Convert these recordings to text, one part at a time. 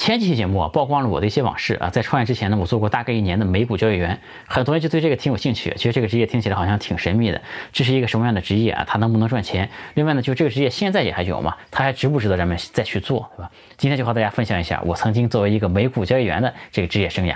前几期节目啊，曝光了我的一些往事啊。在创业之前呢，我做过大概1年的美股交易员，很多人就对这个挺有兴趣，觉得这个职业听起来好像挺神秘的，这是一个什么样的职业啊？它能不能赚钱？另外呢，就这个职业现在也还有吗？它还值不值得人们再去做，对吧？今天就和大家分享一下我曾经作为一个美股交易员的这个职业生涯。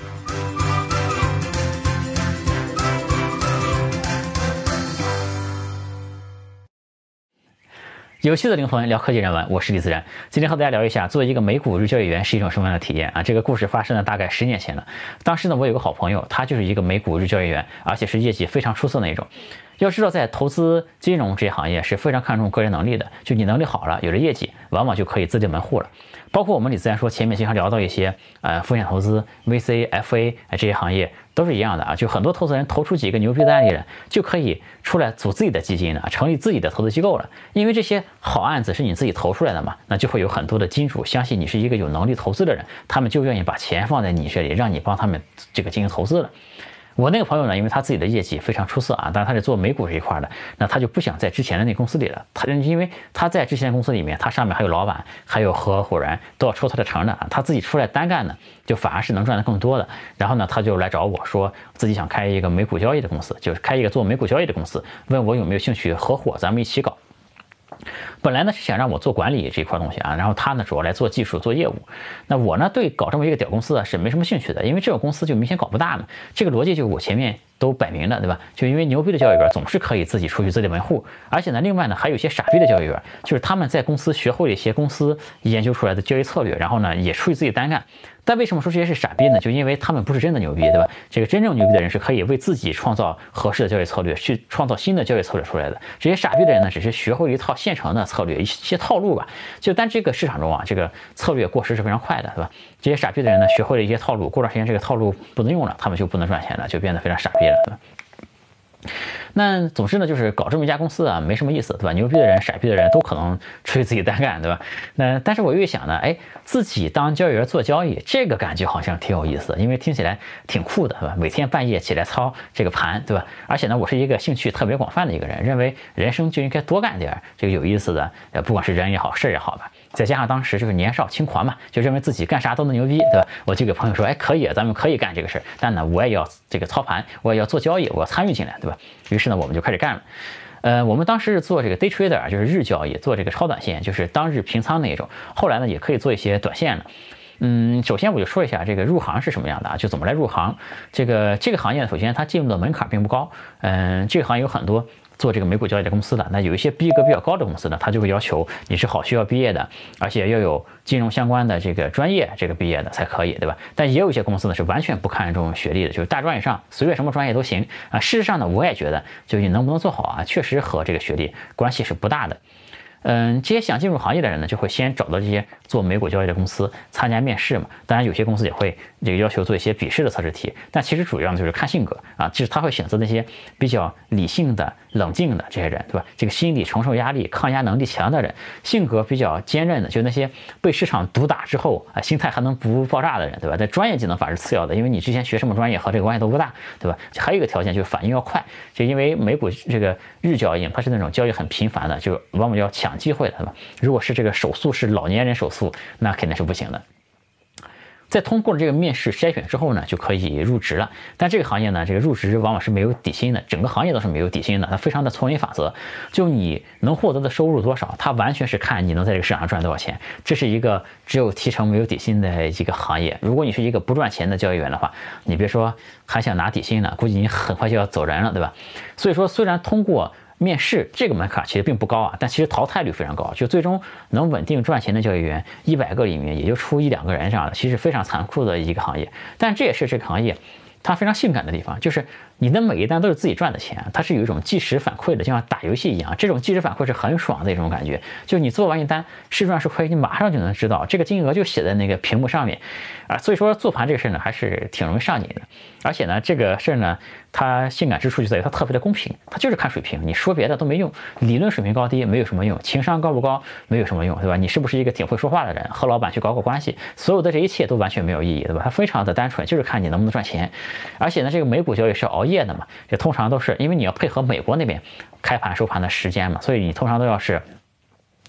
有趣的灵魂聊科技人文，我是李自然。今天和大家聊一下，作为一个美股日交易员是一种什么样的体验啊？这个故事发生了大概10年前了。当时呢，我有个好朋友，他就是一个美股日交易员，而且是业绩非常出色的那种。要知道，在投资金融这些行业是非常看重个人能力的，就你能力好了，有了业绩，往往就可以自立门户了。包括我们李自然说前面经常聊到一些风险投资、VC、FA 这些行业都是一样的啊，就很多投资人投出几个牛逼的案例了，就可以出来组自己的基金了，成立自己的投资机构了。因为这些好案子是你自己投出来的嘛，那就会有很多的金主相信你是一个有能力投资的人，他们就愿意把钱放在你这里，让你帮他们这个进行投资了。我那个朋友呢，因为他自己的业绩非常出色啊，但是他是做美股这一块的，那他就不想在之前的那公司里了。因为他在之前的公司里面，他上面还有老板，还有合伙人，都要抽他的成的啊。他自己出来单干呢，就反而是能赚得更多的。然后呢，他就来找我说，自己想开一个美股交易的公司，就是开一个做美股交易的公司，问我有没有兴趣合伙，咱们一起搞。本来呢是想让我做管理这一块东西啊，然后他呢主要来做技术做业务。那我呢对搞这么一个屌公司啊是没什么兴趣的，因为这种公司就明显搞不大嘛。这个逻辑就我前面都摆明了，对吧？就因为牛逼的交易员总是可以自己出去自立门户，而且呢，另外呢还有一些傻逼的交易员，就是他们在公司学会了一些公司研究出来的交易策略，然后呢也出去自己单干。但为什么说这些是傻逼呢？就因为他们不是真的牛逼，对吧？这个真正牛逼的人是可以为自己创造合适的交易策略，去创造新的交易策略出来的。这些傻逼的人呢，只是学会一套现成的策略，一些套路吧。但这个市场中啊，这个策略过时是非常快的，对吧？这些傻逼的人呢，学会了一些套路，过段时间这个套路不能用了，他们就不能赚钱了，就变得非常傻逼了，对吧？那总之呢，就是搞这么一家公司啊，没什么意思，对吧？牛逼的人、傻逼的人都可能出去自己单干，对吧？但是我又想呢，自己当交易员做交易，这个感觉好像挺有意思的，因为听起来挺酷的，对吧？每天半夜起来操这个盘，对吧？而且呢，我是一个兴趣特别广泛的一个人，认为人生就应该多干点这个有意思的，不管是人也好，事也好吧。再加上当时就是年少轻狂嘛，就认为自己干啥都能牛逼，对吧？我就给朋友说，可以，咱们可以干这个事，但呢，我也要这个操盘，我也要做交易，我要参与进来，对吧？于是呢，我们就开始干了。我们当时是做这个 day trader， 就是日交易，做这个超短线，就是当日平仓那种。后来呢，也可以做一些短线了。首先我就说一下这个入行是什么样的啊，就怎么来入行。这个行业呢，首先它进入的门槛并不高。这个行业有很多做这个美股交易的公司的，那有一些逼格比较高的公司呢，它就会要求你是好学校毕业的，而且要有金融相关的这个专业毕业的才可以，对吧？但也有一些公司呢是完全不看重学历的，就是大专以上随便什么专业都行啊。事实上呢，我也觉得就你能不能做好啊，确实和这个学历关系是不大的。这些想进入行业的人呢，就会先找到这些做美股交易的公司参加面试嘛。当然，有些公司也会这个要求做一些笔试的测试题，但其实主要呢就是看性格啊，就是他会选择那些比较理性的、冷静的这些人，对吧？这个心理承受压力、抗压能力强的人，性格比较坚韧的，就那些被市场毒打之后啊，心态还能不爆炸的人，对吧？在专业技能反而是次要的，因为你之前学什么专业和这个关系都不大，对吧？还有一个条件就是反应要快，就因为美股这个日交易，它是那种交易很频繁的，就往往要抢机会的，对吧？如果是这个手速是老年人手速，那肯定是不行的。在通过了这个面试筛选之后呢，就可以入职了。但这个行业呢，这个入职往往是没有底薪的，整个行业都是没有底薪的，它非常的丛林法则。就你能获得的收入多少，它完全是看你能在这个市场上赚多少钱。这是一个只有提成没有底薪的一个行业。如果你是一个不赚钱的交易员的话，你别说还想拿底薪呢，估计你很快就要走人了，对吧？所以说，虽然通过面试这个门槛其实并不高啊，但其实淘汰率非常高，就最终能稳定赚钱的交易员100个里面也就出1-2个人这样的，其实非常残酷的一个行业。但这也是这个行业它非常性感的地方，就是你的每一单都是自己赚的钱，它是有一种即时反馈的，就像打游戏一样，这种即时反馈是很爽的一种感觉。就你做完一单是赚是亏，你马上就能知道，这个金额就写在那个屏幕上面啊。所以说做盘这个事呢，还是挺容易上瘾的。而且呢，这个事呢，它性感之处就在于它特别的公平，它就是看水平，你说别的都没用，理论水平高低没有什么用，情商高不高没有什么用，对吧？你是不是一个挺会说话的人，和老板去搞关系，所有的这一切都完全没有意义，对吧？它非常的单纯，就是看你能不能赚钱。而且呢，这个美股交易是熬夜的嘛，这通常都是因为你要配合美国那边开盘收盘的时间嘛，所以你通常都要是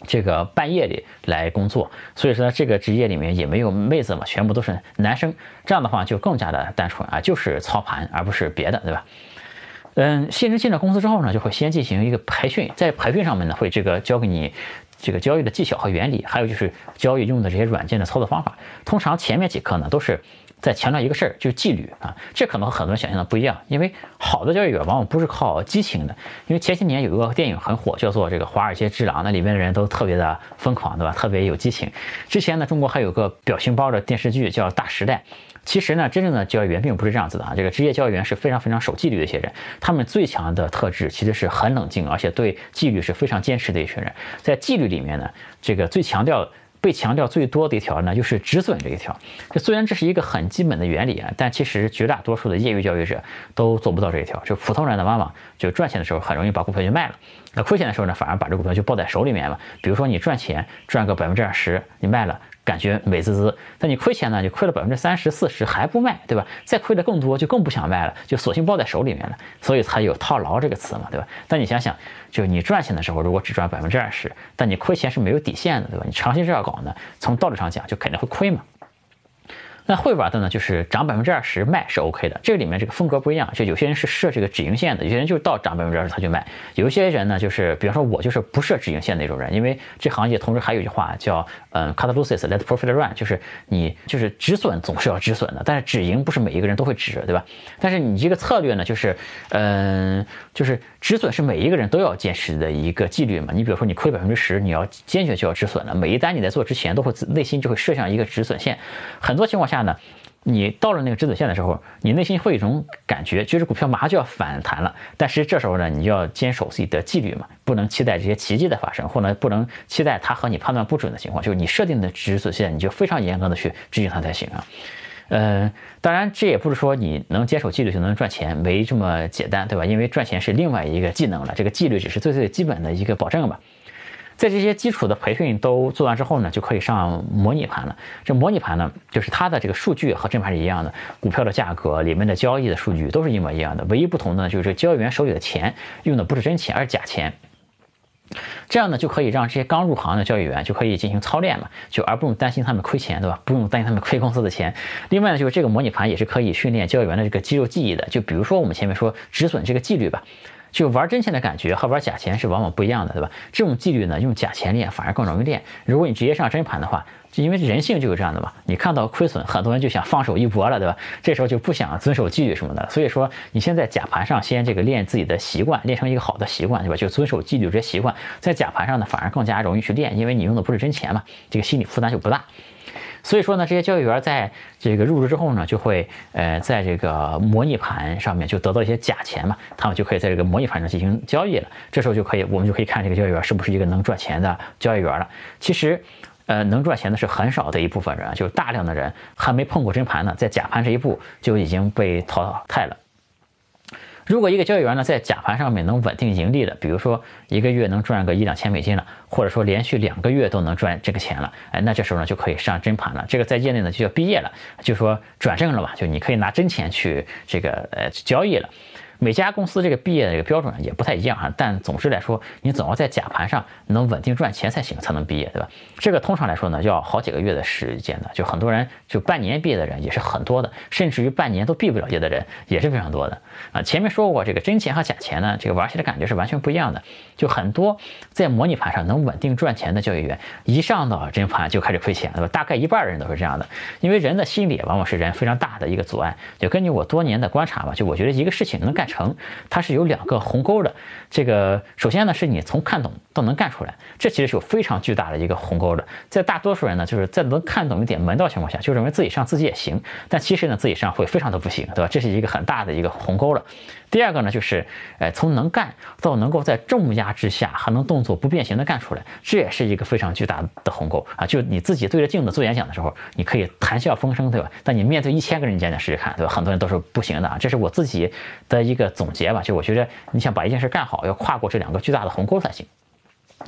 这个半夜里来工作，所以说这个职业里面也没有妹子嘛，全部都是男生，这样的话就更加的单纯啊，就是操盘而不是别的，对吧？新人进了公司之后呢，就会先进行一个培训，在培训上面呢，会教给你这个交易的技巧和原理，还有就是交易用的这些软件的操作方法。通常前面几课呢都是在强调一个事儿，就是纪律啊。这可能和很多人想象的不一样，因为好的交易员往往不是靠激情的。因为前些年有一个电影很火，叫做这个《华尔街之狼》，那里面的人都特别的疯狂，对吧？特别有激情。之前呢，中国还有个表情包的电视剧叫《大时代》。其实呢，真正的交易员并不是这样子的啊。这个职业交易员是非常非常守纪律的一些人，他们最强的特质其实是很冷静，而且对纪律是非常坚持的一群人。在纪律里面呢，这个被强调最多的一条呢，就是止损这一条。虽然这是一个很基本的原理啊，但其实绝大多数的业余交易者都做不到这一条。就普通人呢，往往就赚钱的时候很容易把股票就卖了，那亏钱的时候呢，反而把这股票就抱在手里面了。比如说你赚钱赚个20%，你卖了，感觉美滋滋，但你亏钱呢，就亏了30%、40%还不卖，对吧？再亏的更多，就更不想卖了，就索性抱在手里面了，所以才有套牢这个词嘛，对吧？但你想想，就你赚钱的时候，如果只赚20%，但你亏钱是没有底线的，对吧？你长期这样搞呢，从道理上讲就肯定会亏嘛。那会玩的呢，就是涨20%卖是 OK 的，这个里面这个风格不一样，就有些人是设这个止盈线的，有些人就是到涨20%他就卖，有一些人呢就是比方说我就是不设止盈线那种人，因为这行业同时还有一句话叫cut losses let profit run， 就是你就是止损总是要止损的，但是止盈不是每一个人都会止，对吧？但是你这个策略呢，就是止损是每一个人都要坚持的一个纪律嘛。你比如说你亏10%，你要坚决就要止损了，每一单你在做之前都会内心就会设上一个止损线，很多情况下呢，你到了那个止损线的时候，你内心会有一种感觉，就是股票马上就要反弹了。但是这时候呢，你要坚守自己的纪律嘛，不能期待这些奇迹的发生，或者不能期待它和你判断不准的情况。就是你设定的止损线，你就非常严格的去执行它才行啊。当然这也不是说你能坚守纪律就能赚钱，没这么简单，对吧？因为赚钱是另外一个技能了，这个纪律只是最基本的一个保证吧。在这些基础的培训都做完之后呢，就可以上模拟盘了。这模拟盘呢，就是它的这个数据和正盘是一样的，股票的价格里面的交易的数据都是一模一样的，唯一不同的就是这交易员手里的钱用的不是真钱，而是假钱。这样呢，就可以让这些刚入行的交易员就可以进行操练嘛，就而不用担心他们亏钱，对吧？不用担心他们亏公司的钱。另外呢，就是这个模拟盘也是可以训练交易员的这个肌肉记忆的。就比如说我们前面说止损这个纪律吧，就玩真钱的感觉和玩假钱是往往不一样的，对吧？这种纪律呢，用假钱练反而更容易练。如果你直接上真盘的话，就因为人性就有这样的嘛，你看到亏损，很多人就想放手一搏了，对吧？这时候就不想遵守纪律什么的。所以说，你先在假盘上先这个练自己的习惯，练成一个好的习惯，对吧？就遵守纪律这些习惯，在假盘上呢，反而更加容易去练，因为你用的不是真钱嘛，这个心理负担就不大。所以说呢，这些交易员在这个入职之后呢，就会在这个模拟盘上面就得到一些假钱嘛，他们就可以在这个模拟盘上进行交易了。这时候我们就可以看这个交易员是不是一个能赚钱的交易员了。其实能赚钱的是很少的一部分人，就是大量的人还没碰过真盘呢，在假盘这一步就已经被淘汰了。如果一个交易员呢在假盘上面能稳定盈利的，比如说一个月能赚个1-2千美金了，或者说连续2个月都能赚这个钱了，那这时候呢就可以上真盘了。这个在业内呢就叫毕业了，就说转正了嘛，就你可以拿真钱去这个交易了。每家公司这个毕业的这个标准也不太一样哈，但总之来说，你总要在假盘上能稳定赚钱才行，才能毕业，对吧？这个通常来说呢，要好几个月的时间的，就很多人就半年毕业的人也是很多的，甚至于半年都毕不了业的人也是非常多的啊。前面说过，这个真钱和假钱呢，这个玩起来感觉是完全不一样的。就很多在模拟盘上能稳定赚钱的交易员，一上到真盘就开始亏钱，对吧？大概一半的人都是这样的，因为人的心理往往是人非常大的一个阻碍。就根据我多年的观察吧，就我觉得一个事情能干成，它是有2个鸿沟的。这个首先呢，是你从看懂到能干出来，这其实是有非常巨大的一个鸿沟的。在大多数人呢，就是在能看懂一点门道情况下，就认为自己上自己也行，但其实呢，自己上会非常的不行，对吧？这是一个很大的一个鸿沟了。第二个呢，就是从能干到能够在重压之下还能动作不变形的干出来，这也是一个非常巨大的鸿沟啊！就你自己对着镜子做演讲的时候，你可以谈笑风生，对吧？但你面对1000个人演讲试试看，对吧？很多人都是不行的啊！这是我自己的一个总结吧。就我觉得你想把一件事干好，要跨过这2个巨大的鸿沟才行。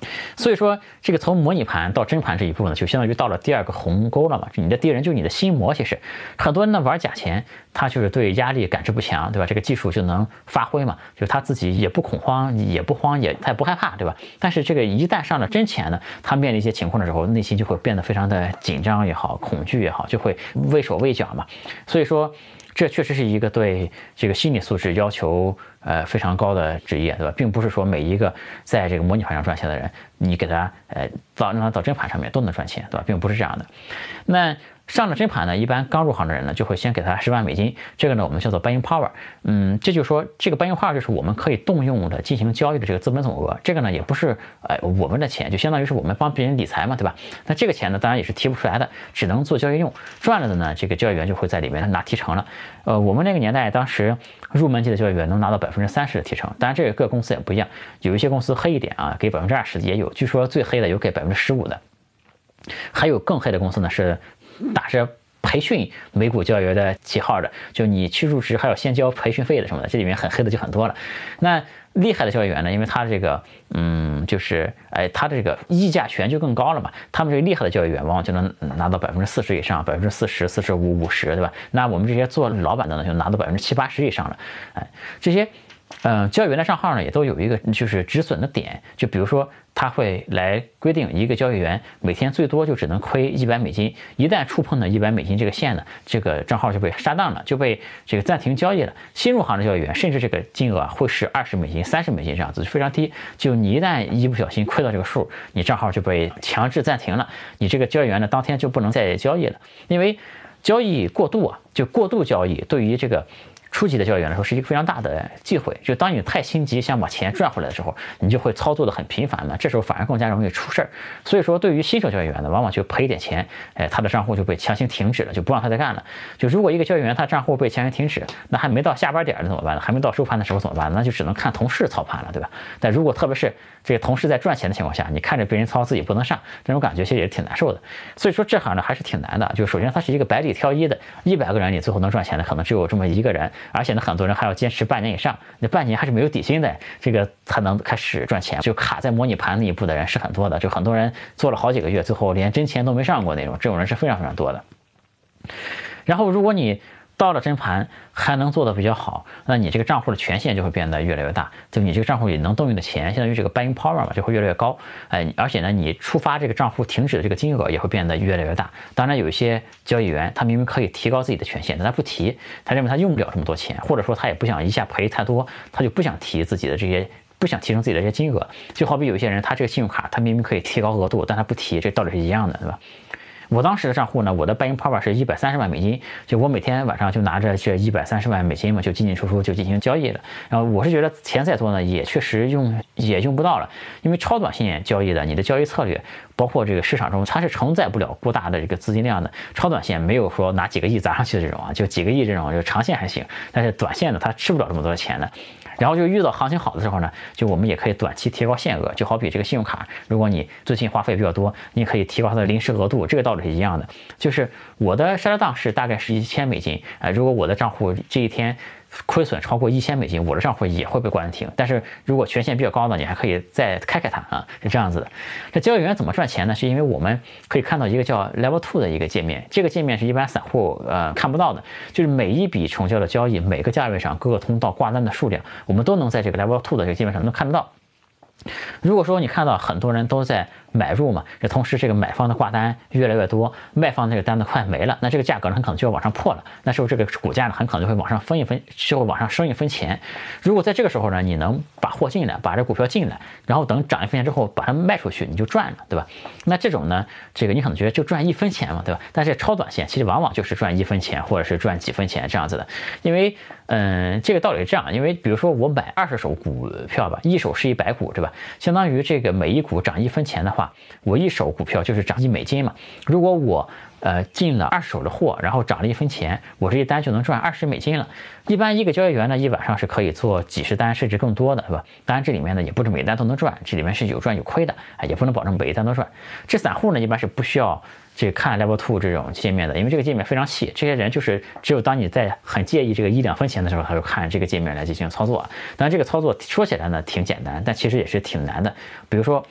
所以说，这个从模拟盘到真盘这一步呢，就相当于到了第二个鸿沟了嘛。你的敌人就是你的心魔。其实很多人呢玩假钱，他就是对压力感知不强，对吧？这个技术就能发挥嘛，就他自己也不恐慌，也不慌，他也不害怕，对吧？但是这个一旦上了真钱呢，他面临一些情况的时候，内心就会变得非常的紧张也好，恐惧也好，就会畏手畏脚嘛。所以说，这确实是一个对这个心理素质要求非常高的职业，对吧？并不是说每一个在这个模拟盘上赚钱的人，你给他让他到真盘上面都能赚钱，对吧？并不是这样的。那上了真盘呢，一般刚入行的人呢，就会先给他10万美金，这个呢我们叫做 buying power。这就是说这个 buying power 就是我们可以动用的进行交易的这个资本总额。这个呢也不是我们的钱，就相当于是我们帮别人理财嘛，对吧？那这个钱呢当然也是提不出来的，只能做交易用。赚了的呢，这个交易员就会在里面拿提成了。我们那个年代当时入门级的交易员能拿到30%的提成，当然这个各公司也不一样，有一些公司黑一点啊，给20%的也有，据说最黑的有给15%的，还有更黑的公司呢是打着培训美股交易员的旗号的，就你去入职还要先交培训费的什么的，这里面很黑的就很多了。那厉害的交易员呢，因为他这个就是他的这个议价权就更高了嘛，他们这个厉害的交易员往往就能拿到40%以上，40%、45%、50%，对吧？那我们这些做老板的呢，就拿到70%、80%以上了。这些交易员的账号呢，也都有一个就是止损的点，就比如说他会来规定一个交易员每天最多就只能亏100美金，一旦触碰了100美金这个线呢，这个账号就被杀档了，就被这个暂停交易了。新入行的交易员甚至这个金额会是20美金、30美金这样子，非常低。就你一旦一不小心亏到这个数，你账号就被强制暂停了，你这个交易员呢当天就不能再交易了，因为交易过度啊，就过度交易对于这个初级的交易员来说是一个非常大的忌讳，就当你太心急想把钱赚回来的时候，你就会操作的很频繁嘛，这时候反而更加容易出事儿。所以说，对于新手交易员呢，往往就赔一点钱，他的账户就被强行停止了，就不让他再干了。就如果一个交易员他账户被强行停止，那还没到下班点了怎么办呢？还没到收盘的时候怎么办？那就只能看同事操盘了，对吧？但如果特别是这个同事在赚钱的情况下，你看着别人操自己不能上，这种感觉其实也是挺难受的。所以说这行呢还是挺难的。就首先它是一个百里挑一的，100个人里最后能赚钱的可能只有这么1个人。而且呢，很多人还要坚持半年以上，那半年还是没有底薪的，这个才能开始赚钱。就卡在模拟盘那一步的人是很多的，就很多人做了好几个月，最后连真钱都没上过那种，这种人是非常非常多的。然后，如果你到了真盘还能做得比较好，那你这个账户的权限就会变得越来越大，就你这个账户里能动用的钱，相当于这个 buying power 嘛，就会越来越高。而且呢，你触发这个账户停止的这个金额也会变得越来越大。当然，有一些交易员他明明可以提高自己的权限，但他不提，他认为他用不了这么多钱，或者说他也不想一下赔太多，他就不想提自己的这些。不想提升自己的这些金额，就好比有一些人，他这个信用卡他明明可以提高额度，但他不提，这道理是一样的，对吧？我当时的账户呢，我的buying power是130万美金，就我每天晚上就拿着这130万美金嘛，就进进出出就进行交易了。然后我是觉得钱再多呢，也确实用不到了，因为超短线交易的，你的交易策略，包括这个市场中，它是承载不了过大的这个资金量的。超短线没有说拿几个亿砸上去的这种啊，就几个亿这种，就长线还行，但是短线呢，它吃不了这么多钱的。然后就遇到行情好的时候呢，就我们也可以短期提高限额，就好比这个信用卡，如果你最近花费比较多，你可以提高它的临时额度，这个道理是一样的。就是我的杀档是大概是1000美金，如果我的账户这一天亏损超过1000美金，我的账户也会被关停。但是如果权限比较高呢，你还可以再开它啊，是这样子的。这交易员怎么赚钱呢？是因为我们可以看到一个叫 Level 2的一个界面，这个界面是一般散户看不到的，就是每一笔成交的交易，每个价位上各个通道挂单的数量，我们都能在这个 Level 2的这个界面上能看得到。如果说你看到很多人都在买入嘛，这同时这个买方的挂单越来越多，卖方这个单子快没了，那这个价格呢很可能就要往上破了，那时候这个股价呢很可能就会往上分一分，就会往上升一分钱。如果在这个时候呢，你能把货进来，把这股票进来，然后等涨1分钱之后把它卖出去，你就赚了，对吧？那这种呢，这个你可能觉得就赚1分钱嘛，对吧？但是超短线其实往往就是赚1分钱，或者是赚几分钱这样子的，因为这个道理是这样，因为比如说我买20手股票吧，一手是100股，对吧？相当于这个每一股涨1分钱的话，我一手股票就是涨1美金嘛。如果我进了20手的货，然后涨了1分钱，我这一单就能赚20美金了。一般一个交易员呢，一晚上是可以做几十单甚至更多的，对吧？当然这里面呢也不是每一单都能赚，这里面是有赚有亏的，也不能保证每一单都赚。这散户呢一般是不需要这个看 Level 2这种界面的，因为这个界面非常细，这些人就是只有当你在很介意这个1-2分钱的时候，他就看这个界面来进行操作。当然这个操作说起来呢挺简单，但其实也是挺难的。比如说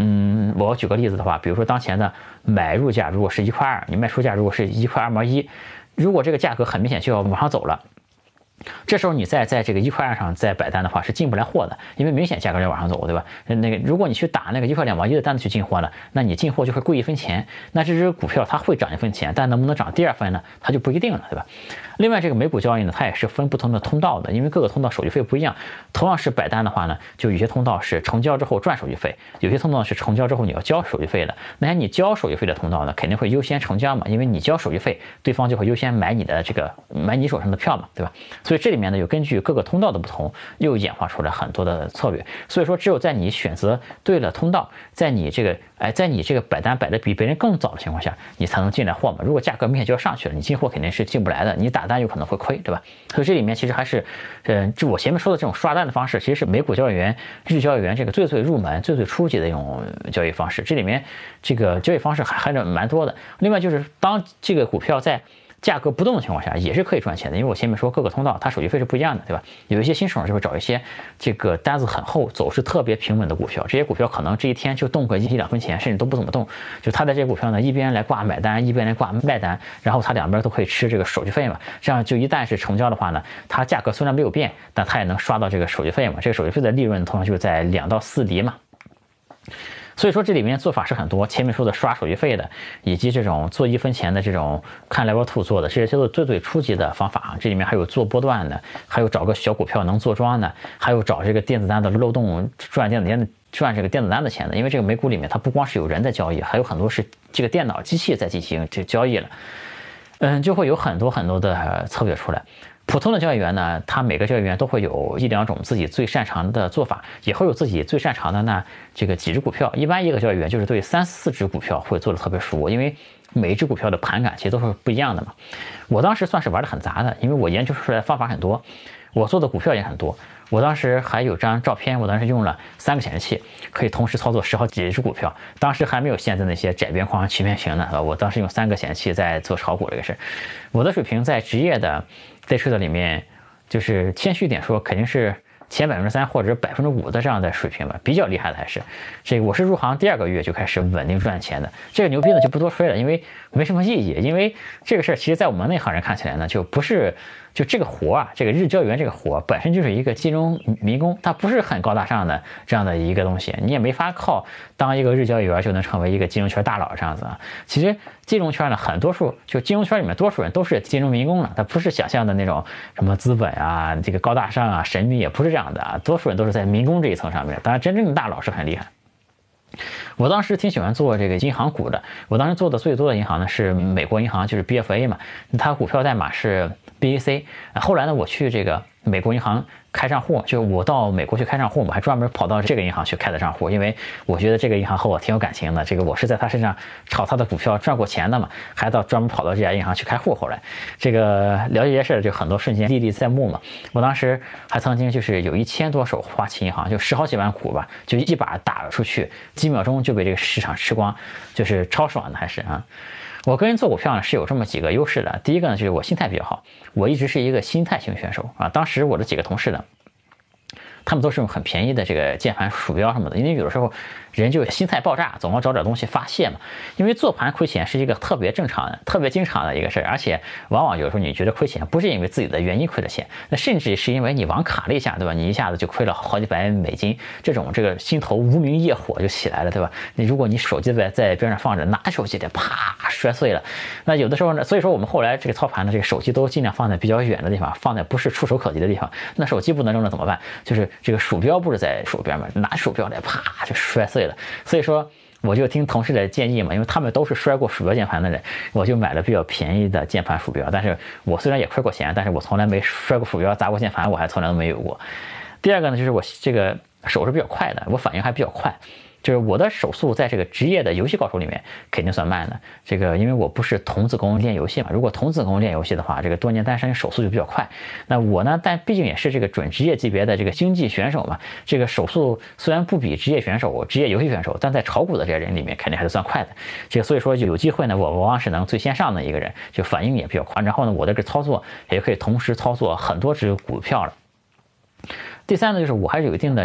我举个例子的话，比如说当前的买入价如果是1块2，你卖出价如果是1块2毛1，如果这个价格很明显就要往上走了。这时候你在这个1块2上再摆单的话是进不来货的，因为明显价格在往上走，对吧？如果你去打那个1块2毛1的单子去进货了，那你进货就会贵1分钱，那这只股票它会涨1分钱，但能不能涨第2分呢？它就不一定了，对吧？另外这个美股交易呢，它也是分不同的通道的，因为各个通道手续费不一样。同样是摆单的话呢，就有些通道是成交之后赚手续费，有些通道是成交之后你要交手续费的。那你交手续费的通道呢，肯定会优先成交嘛，因为你交手续费，对方就会优先买你手上的票嘛，对吧？所以这里面呢，有根据各个通道的不同，又演化出来很多的策略。所以说，只有在你选择对了通道，在你这个摆单摆的比别人更早的情况下，你才能进来货嘛。如果价格明显就要上去了，你进货肯定是进不来的，你打单有可能会亏，对吧？所以这里面其实还是，就我前面说的这种刷单的方式，其实是美股交易员、日交易员这个最入门、最初级的一种交易方式。这里面这个交易方式还是蛮多的。另外就是当这个股票在价格不动的情况下也是可以赚钱的，因为我前面说各个通道它手续费是不一样的，对吧？有一些新手就会找一些这个单子很厚、走势特别平稳的股票，这些股票可能这一天就动个1-2分钱，甚至都不怎么动。就他在这些股票呢，一边来挂买单，一边来挂卖单，然后他两边都可以吃这个手续费嘛。这样就一旦是成交的话呢，它价格虽然没有变，但它也能刷到这个手续费嘛。这个手续费的利润通常就是在2到4厘嘛。所以说这里面做法是很多，前面说的刷手续费的，以及这种做1分钱的这种看 level 2做的，这些都是最初级的方法。这里面还有做波段的，还有找个小股票能做庄的，还有找这个电子单的漏洞赚这个电子单的钱的。因为这个美股里面它不光是有人在交易，还有很多是这个电脑机器在进行这交易了。就会有很多的策略出来。普通的交易员呢，他每个交易员都会有1-2种自己最擅长的做法，也会有自己最擅长的这个几只股票。一般一个交易员就是对3-4只股票会做的特别熟，因为每一只股票的盘感其实都是不一样的嘛。我当时算是玩的很杂的，因为我研究出来的方法很多，我做的股票也很多。我当时还有张照片，我当时用了3个显示器，可以同时操作10好几只股票。当时还没有现在那些窄边框、曲面屏呢，我当时用3个显示器在做炒股这个事。我的水平在职业的day trade里面，就是谦虚点说，肯定是前3%或者5%的这样的水平吧，比较厉害的还是。这个我是入行第2个月就开始稳定赚钱的，这个牛逼呢就不多吹了，因为没什么意义。因为这个事儿其实在我们内行人看起来呢，就不是。就这个活啊，这个日交易员这个活本身就是一个金融迷宫，它不是很高大上的这样的一个东西，你也没法靠当一个日交易员就能成为一个金融圈大佬这样子啊。其实金融圈呢，就金融圈里面多数人都是金融迷宫了，它不是想象的那种什么资本啊，这个高大上啊，神秘，也不是这样的啊，多数人都是在迷宫这一层上面。当然，真正的大佬是很厉害。我当时挺喜欢做这个银行股的，我当时做的最多的银行呢是美国银行，就是 BFA 嘛，它股票代码是 BAC。后来呢，我去这个美国银行开账户，就我到美国去开账户，我还专门跑到这个银行去开的账户，因为我觉得这个银行和我挺有感情的，这个我是在他身上炒他的股票赚过钱的嘛，还专门跑到这家银行去开户。后来这个了解这些事就很多瞬间历历在目嘛。我当时还曾经就是有1000多手花旗银行，就10好几万股吧，就一把打出去，几秒钟就被这个市场吃光，就是超爽的还是啊。我个人做股票呢是有这么几个优势的。第一个呢就是我心态比较好，我一直是一个心态型选手啊。当时我的几个同事呢，他们都是用很便宜的这个键盘鼠标什么的，因为有的时候人就心态爆炸，总要找点东西发泄嘛。因为做盘亏钱是一个特别正常的、特别经常的一个事儿，而且往往有时候你觉得亏钱不是因为自己的原因亏了钱，那甚至是因为你网卡了一下，对吧？你一下子就亏了好几百美金，这个心头无名业火就起来了，对吧？如果你手机在边上放着，拿手机的啪摔碎了，那有的时候呢，所以说我们后来这个操盘的这个手机都尽量放在比较远的地方，放在不是触手可及的地方。那手机不能扔了怎么办？就是这个鼠标不是在手边嘛，拿鼠标来啪就摔碎了。所以说我就听同事的建议嘛，因为他们都是摔过鼠标键盘的人，我就买了比较便宜的键盘鼠标。但是我虽然也亏过钱，但是我从来没摔过鼠标砸过键盘，我还从来都没有过。第二个呢，就是我这个手是比较快的，我反应还比较快。就是我的手速在这个职业的游戏高手里面肯定算慢的，这个因为我不是童子功练游戏嘛，如果童子功练游戏的话，这个多年单身手速就比较快。那我呢，但毕竟也是这个准职业级别的这个星际选手嘛，这个手速虽然不比职业选手、职业游戏选手，但在炒股的这些人里面肯定还是算快的。这个所以说有机会呢，我往往是能最先上的一个人，就反应也比较快。然后呢，我的这个操作也可以同时操作很多只股票了。第三呢，就是我还是有一定的这个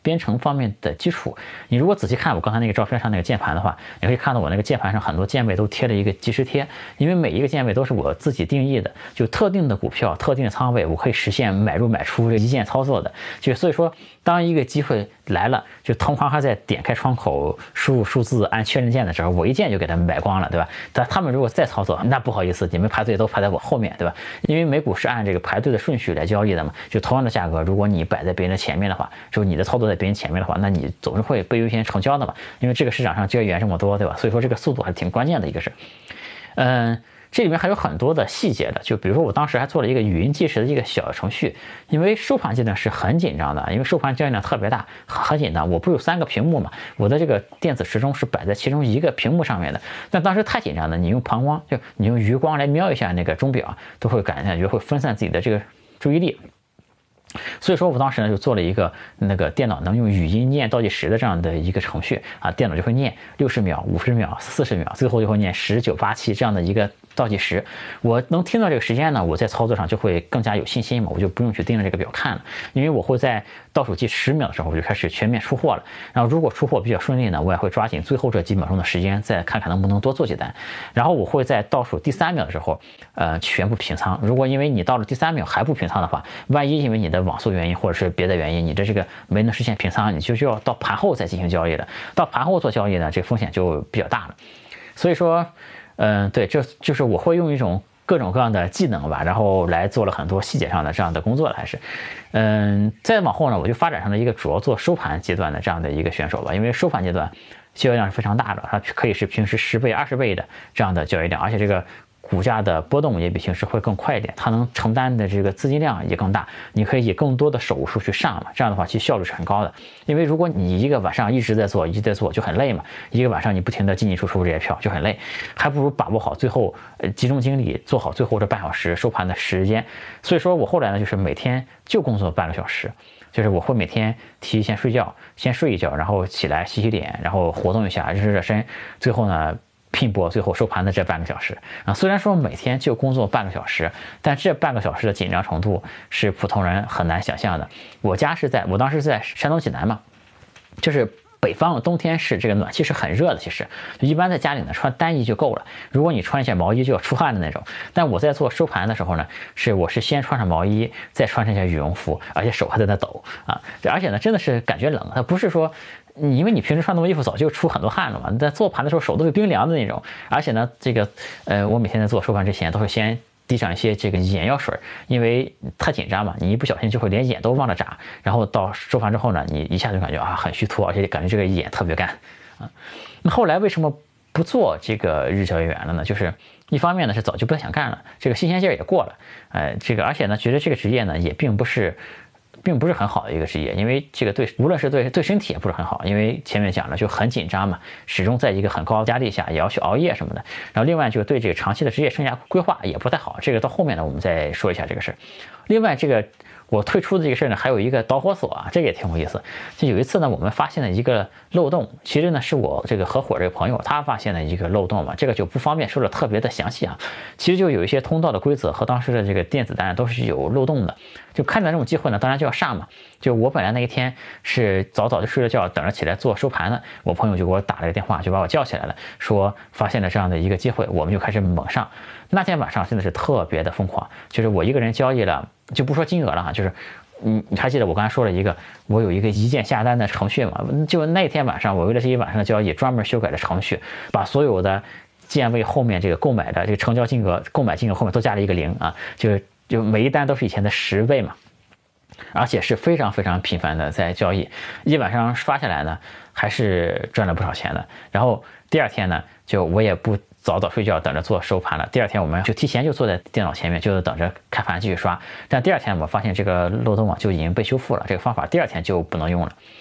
编程方面的基础。你如果仔细看我刚才那个照片上那个键盘的话，你可以看到我那个键盘上很多键位都贴了一个即时贴，因为每一个键位都是我自己定义的，就特定的股票、特定的仓位，我可以实现买入卖出这一键操作的。就所以说，当一个机会来了，就同行还在点开窗口输入数字按确认键的时候，我一键就给他们买光了，对吧？他们如果再操作，那不好意思，你们排队都排在我后面，对吧？因为美股是按这个排队的顺序来交易的嘛，就同样的价格，如果你摆在别人的前面的话，就是你的操作在别人前面的话，那你总是会被优先成交的嘛，因为这个市场上交易员这么多，对吧？所以说这个速度还是挺关键的一个事。这里面还有很多的细节的，就比如说我当时还做了一个语音计时的一个小程序，因为收盘阶段是很紧张的，因为收盘交易量特别大，很紧张。我不是有3个屏幕嘛，我的这个电子时钟是摆在其中一个屏幕上面的，但当时太紧张了，你用膀胱，就你用余光来瞄一下那个钟表，都会感觉会分散自己的这个注意力。所以说我当时呢就做了一个那个电脑能用语音念倒计时的这样的一个程序啊，电脑就会念60秒、50秒、40秒，最后就会念10、9、8、7这样的一个倒计时。我能听到这个时间呢，我在操作上就会更加有信心嘛，我就不用去盯着这个表看了，因为我会在倒数计10秒的时候我就开始全面出货了。然后如果出货比较顺利呢，我也会抓紧最后这几秒钟的时间，再看看能不能多做几单。然后我会在倒数第3秒的时候，全部平仓。如果因为你到了第3秒还不平仓的话，万一因为你的网速原因或者是别的原因，你的这个没能实现平仓，你就要到盘后再进行交易了。到盘后做交易呢，这个风险就比较大了。所以说，对，这就是我会用一种各种各样的技能吧，然后来做了很多细节上的这样的工作了，还是，再往后呢，我就发展成了一个主要做收盘阶段的这样的一个选手吧，因为收盘阶段交易量是非常大的，它可以是平时10倍、20倍的这样的交易量，而且这个股价的波动也比平时会更快一点，它能承担的这个资金量也更大，你可以以更多的手数去上嘛，这样的话其实效率是很高的。因为如果你一个晚上一直在做就很累嘛，一个晚上你不停的进出这些票就很累，还不如把握好最后集中精力做好最后这半小时收盘的时间。所以说我后来呢就是每天就工作半个小时，就是我会每天提前睡觉，先睡一觉，然后起来洗脸，然后活动一下热身，最后呢拼搏最后收盘的这半个小时啊，虽然说每天就工作半个小时，但这半个小时的紧张程度是普通人很难想象的。我当时在山东济南嘛，就是北方冬天是这个暖气是很热的，其实一般在家里呢穿单衣就够了，如果你穿一件毛衣就要出汗的那种。但我在做收盘的时候呢，我是先穿上毛衣，再穿上一件羽绒服，而且手还在那抖啊，而且呢真的是感觉冷，它不是说因为你平时穿那么衣服早就出很多汗了嘛，在做盘的时候手都是冰凉的那种。而且呢我每天在做收盘之前都会先滴上一些这个眼药水，因为太紧张嘛，你一不小心就会连眼都忘了眨，然后到收盘之后呢，你一下就感觉很虚脱，而且感觉这个眼特别干啊。那后来为什么不做这个日交易员了呢？就是一方面呢是早就不太想干了，这个新鲜劲儿也过了，而且呢觉得这个职业呢也并不是很好的一个职业，因为这个无论是对身体也不是很好，因为前面讲了就很紧张嘛，始终在一个很高的压力下，也要去熬夜什么的。然后另外就对这个长期的职业生涯规划也不太好，这个到后面呢我们再说一下这个事。另外这个我退出的这个事呢，还有一个导火索啊，这个也挺有意思。就有一次呢，我们发现了一个漏洞，其实呢是我这个合伙这个朋友他发现了一个漏洞嘛，这个就不方便说的特别的详细啊。其实就有一些通道的规则和当时的这个电子单都是有漏洞的，就看到这种机会呢，当然就要上嘛。就我本来那一天是早就睡了觉，等着起来做收盘的，我朋友就给我打了个电话，就把我叫起来了，说发现了这样的一个机会，我们就开始猛上。那天晚上真的是特别的疯狂，就是我一个人交易了，就不说金额了哈，就是你还记得我刚才说了我有一个一键下单的程序嘛？就那天晚上我为了这一晚上的交易，专门修改了程序，把所有的键位后面这个购买的这个成交金额、购买金额后面都加了一个0啊，就每一单都是以前的10倍嘛。而且是非常非常频繁的在交易，一晚上刷下来呢，还是赚了不少钱的。然后第二天呢，就我也不早睡觉，等着做收盘了。第二天我们就提前就坐在电脑前面，就等着开盘继续刷。但第二天我发现这个漏洞啊就已经被修复了，这个方法第二天就不能用了。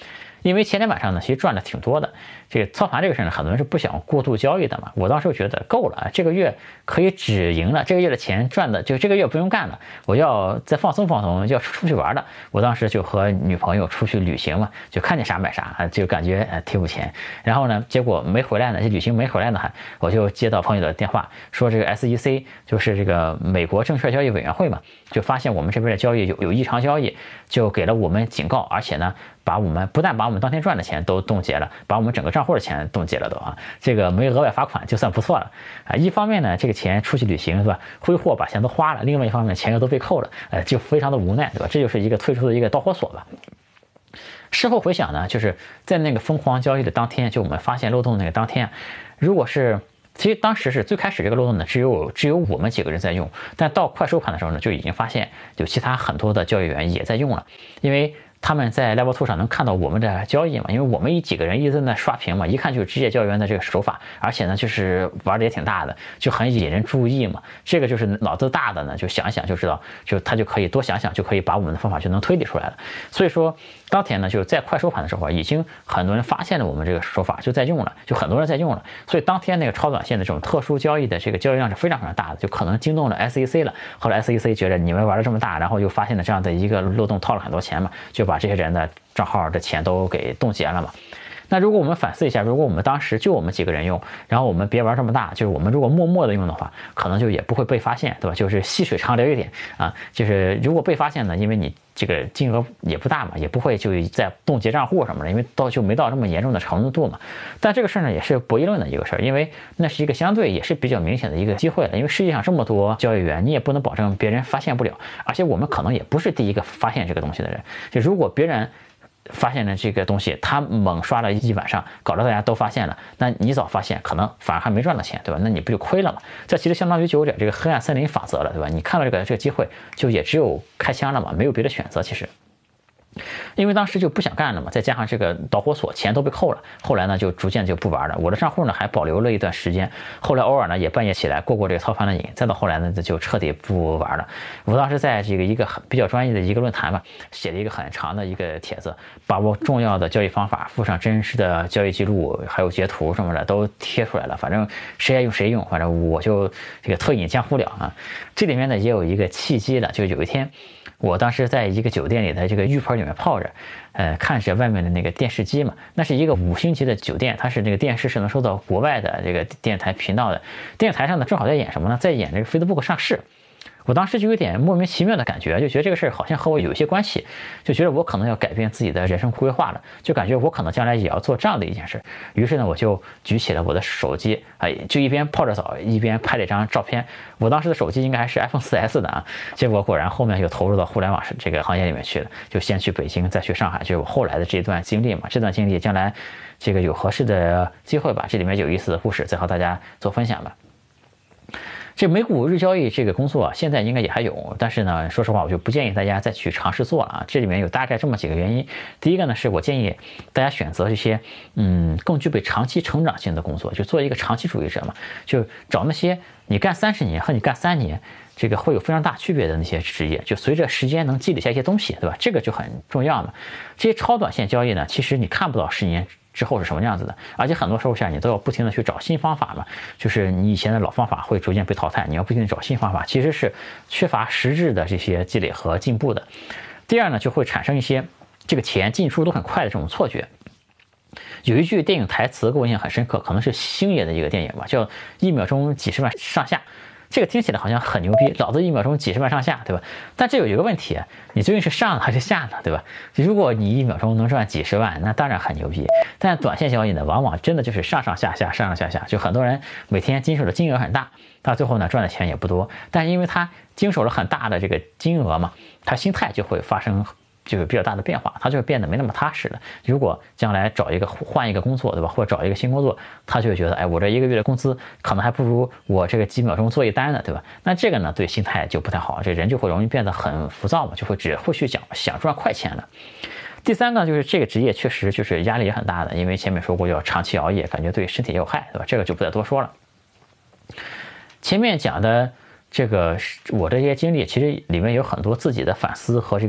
因为前天晚上呢，其实赚的挺多的。这个操盘这个事呢，很多人是不想过度交易的嘛。我当时觉得够了，这个月可以止盈了，这个月的钱赚的就这个月不用干了，我要再放松放松，要出去玩了。我当时就和女朋友出去旅行嘛，就看见啥买啥，就感觉挺有钱。然后呢，结果没回来呢，这旅行没回来呢，我就接到朋友的电话，说这个 SEC 就是这个美国证券交易委员会嘛，就发现我们这边的交易有异常交易，就给了我们警告，而且呢，不但把我们当天赚的钱都冻结了，把我们整个账户的钱冻结了都啊，这个没额外罚款就算不错了啊。一方面呢，这个钱出去旅行是吧，挥霍把钱都花了；另外一方面，钱又都被扣了，就非常的无奈，对吧？这就是一个推出的一个导火索吧。事后回想呢，就是在那个疯狂交易的当天，就我们发现漏洞那个当天，如果是其实当时是最开始这个漏洞呢，只有我们几个人在用，但到快收盘的时候呢，就已经发现有其他很多的交易员也在用了，因为他们在 Level 2上能看到我们的交易嘛，因为我们几个人一直在那刷屏嘛，一看就是职业交易员的这个手法，而且呢就是玩的也挺大的，就很引人注意嘛。这个就是脑子大的呢，就想一想就知道，就他就可以多想想，就可以把我们的方法就能推理出来了。所以说当天呢，就是在快收盘的时候，已经很多人发现了我们这个手法，就在用了，就很多人在用了。所以当天那个超短线的这种特殊交易的这个交易量是非常非常大的，就可能惊动了 SEC 了。后来 SEC 觉得你们玩的这么大，然后又发现了这样的一个漏洞，套了很多钱嘛，就把这些人的账号的钱都给冻结了嘛。那如果我们反思一下，如果我们当时就我们几个人用，然后我们别玩这么大，就是我们如果默默的用的话，可能就也不会被发现，对吧？就是细水长流一点啊。就是如果被发现呢，因为你这个金额也不大嘛，也不会就在冻结账户什么的，因为就没到这么严重的程度嘛。但这个事儿呢，也是博弈论的一个事儿，因为那是一个相对也是比较明显的一个机会了。因为世界上这么多交易员，你也不能保证别人发现不了，而且我们可能也不是第一个发现这个东西的人。就如果别人发现了这个东西，他猛刷了一晚上，搞得大家都发现了，那你早发现，可能反而还没赚到钱，对吧？那你不就亏了吗？这其实相当于就有点这个黑暗森林法则了，对吧？你看到这个机会，就也只有开枪了嘛，没有别的选择，其实。因为当时就不想干了嘛，再加上这个导火索钱都被扣了，后来呢就逐渐就不玩了。我的账户呢还保留了一段时间，后来偶尔呢也半夜起来过这个操盘的瘾，再到后来呢就彻底不玩了。我当时在这个一个比较专业的一个论坛嘛，写了一个很长的一个帖子，把我重要的交易方法附上真实的交易记录，还有截图什么的都贴出来了。反正谁爱用谁用，反正我就这个特饮江湖了啊。这里面呢也有一个契机了，就有一天。我当时在一个酒店里的这个浴盆里面泡着，看着外面的那个电视机嘛，那是一个5星级的酒店，它是这个电视是能收到国外的这个电台频道的。电视台上呢正好在演什么呢？在演这个 Facebook 上市。我当时就有点莫名其妙的感觉，就觉得这个事儿好像和我有一些关系，就觉得我可能要改变自己的人生规划了，就感觉我可能将来也要做这样的一件事。于是呢，我就举起了我的手机，就一边泡着澡一边拍了一张照片。我当时的手机应该还是 iPhone 4S 的啊，结果果然后面就投入到互联网这个行业里面去了，就先去北京，再去上海，就是我后来的这段经历嘛。这段经历将来这个有合适的机会吧，这里面有意思的故事再和大家做分享吧。这美股日交易这个工作啊，现在应该也还有，但是呢，说实话，我就不建议大家再去尝试做了啊。这里面有大概这么几个原因。第一个呢，是我建议大家选择这些更具备长期成长性的工作，就做一个长期主义者嘛，就找那些你干30年和你干3年。这个会有非常大区别的那些职业，就随着时间能积累下一些东西，对吧？这个就很重要嘛。这些超短线交易呢，其实你看不到10年之后是什么样子的，而且很多时候下你都要不停的去找新方法嘛，就是你以前的老方法会逐渐被淘汰，你要不停的找新方法，其实是缺乏实质的这些积累和进步的。第二呢，就会产生一些这个钱进出都很快的这种错觉。有一句电影台词给我印象很深刻，可能是星爷的一个电影吧，叫1秒钟几十万上下。这个听起来好像很牛逼，老子1秒钟几十万上下，对吧？但这有一个问题，你究竟是上还是下呢，对吧？如果你1秒钟能赚几十万，那当然很牛逼。但短线交易呢，往往真的就是上上下下，上上下下，就很多人每天经手的金额很大，到最后呢赚的钱也不多，但因为他经手了很大的这个金额嘛，他心态就会发生就是比较大的变化，他就会变得没那么踏实了。如果将来换一个工作，对吧？或者找一个新工作，他就会觉得，哎，我这1个月的工资可能还不如我这个几秒钟做一单呢，对吧？那这个呢，对心态就不太好，这人就会容易变得很浮躁嘛，就会只会去想赚快钱了。第三个就是这个职业确实就是压力也很大的，因为前面说过要长期熬夜，感觉对身体也有害，对吧？这个就不再多说了。前面讲的这个我这些经历，其实里面有很多自己的反思和这个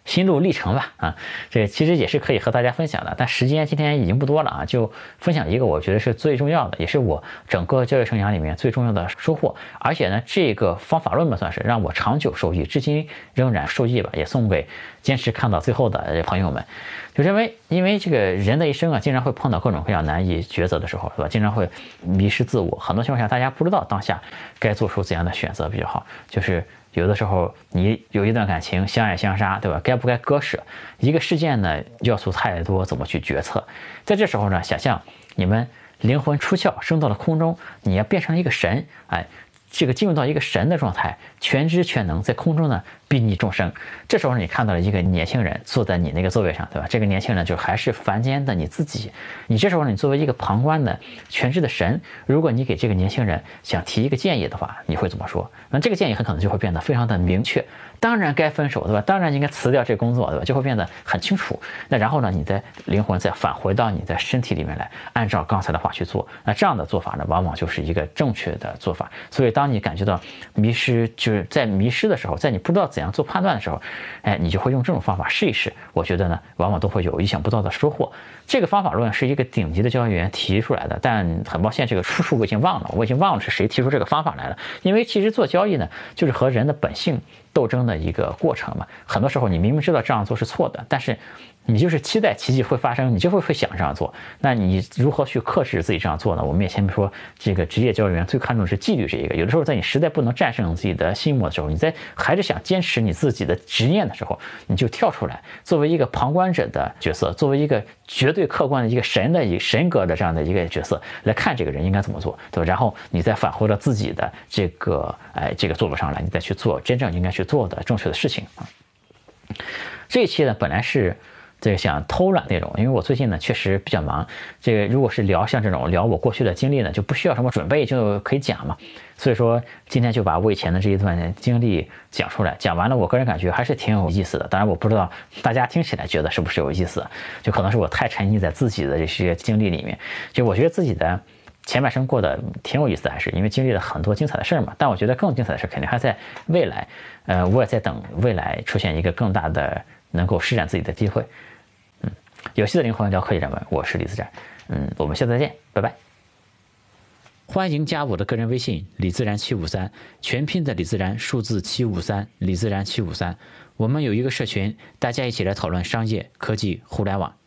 心路历程吧啊，这其实也是可以和大家分享的，但时间今天已经不多了啊，就分享一个我觉得是最重要的，也是我整个交易生涯里面最重要的收获。而且呢，这个方法论吧，算是让我长久受益，至今仍然受益吧，也送给坚持看到最后的朋友们。就认为，因为这个人的一生啊，经常会碰到各种各样难以抉择的时候，是吧？经常会迷失自我，很多情况下大家不知道当下该做出怎样的选择比较好，就是有的时候你有一段感情相爱相杀，对吧？该不该割舍？一个事件呢，要素太多，怎么去决策？在这时候呢，想象你们灵魂出窍，升到了空中，你要变成了一个神，哎，这个进入到一个神的状态，全知全能，在空中呢睥睨众生。这时候你看到了一个年轻人坐在你那个座位上，对吧？这个年轻人就还是凡间的你自己。你这时候你作为一个旁观的全知的神，如果你给这个年轻人想提一个建议的话，你会怎么说？那这个建议很可能就会变得非常的明确。当然该分手，对吧？当然应该辞掉这工作，对吧？就会变得很清楚。那然后呢，你的灵魂再返回到你的身体里面来，按照刚才的话去做。那这样的做法呢，往往就是一个正确的做法。所以当你感觉到迷失，就是在迷失的时候，在你不知道怎样做判断的时候，哎，你就会用这种方法试一试。我觉得呢，往往都会有意想不到的收获。这个方法论是一个顶级的交易员提出来的，但很抱歉，这个出处我已经忘了是谁提出这个方法来了。因为其实做交易呢，就是和人的本性斗争的一个过程嘛。很多时候你明明知道这样做是错的，但是你就是期待奇迹会发生，你就会想这样做。那你如何去克制自己这样做呢？我们也前面说，这个职业交易员最看重的是纪律这一个。有的时候在你实在不能战胜自己的心魔的时候，你在还是想坚持你自己的执念的时候，你就跳出来，作为一个旁观者的角色，作为一个绝对客观的一个神格的这样的一个角色来看这个人应该怎么做，对吧？然后你再返回到自己的这个座位上来，你再去做真正应该去做的正确的事情啊。这一期呢，本来是这个想偷懒内容，因为我最近呢确实比较忙。这个如果是聊像这种聊我过去的经历呢，就不需要什么准备就可以讲嘛。所以说今天就把我以前的这一段经历讲出来，讲完了，我个人感觉还是挺有意思的。当然我不知道大家听起来觉得是不是有意思，就可能是我太沉溺在自己的这些经历里面。就我觉得自己的前半生过得挺有意思的，还是因为经历了很多精彩的事儿嘛。但我觉得更精彩的事肯定还在未来。我也在等未来出现一个更大的能够施展自己的机会。有戏的灵魂聊科技人文，我是李自然。我们下次再见，拜拜。欢迎加我的个人微信李自然753，全拼的李自然，数字753，李自然753。我们有一个社群，大家一起来讨论商业、科技、互联网。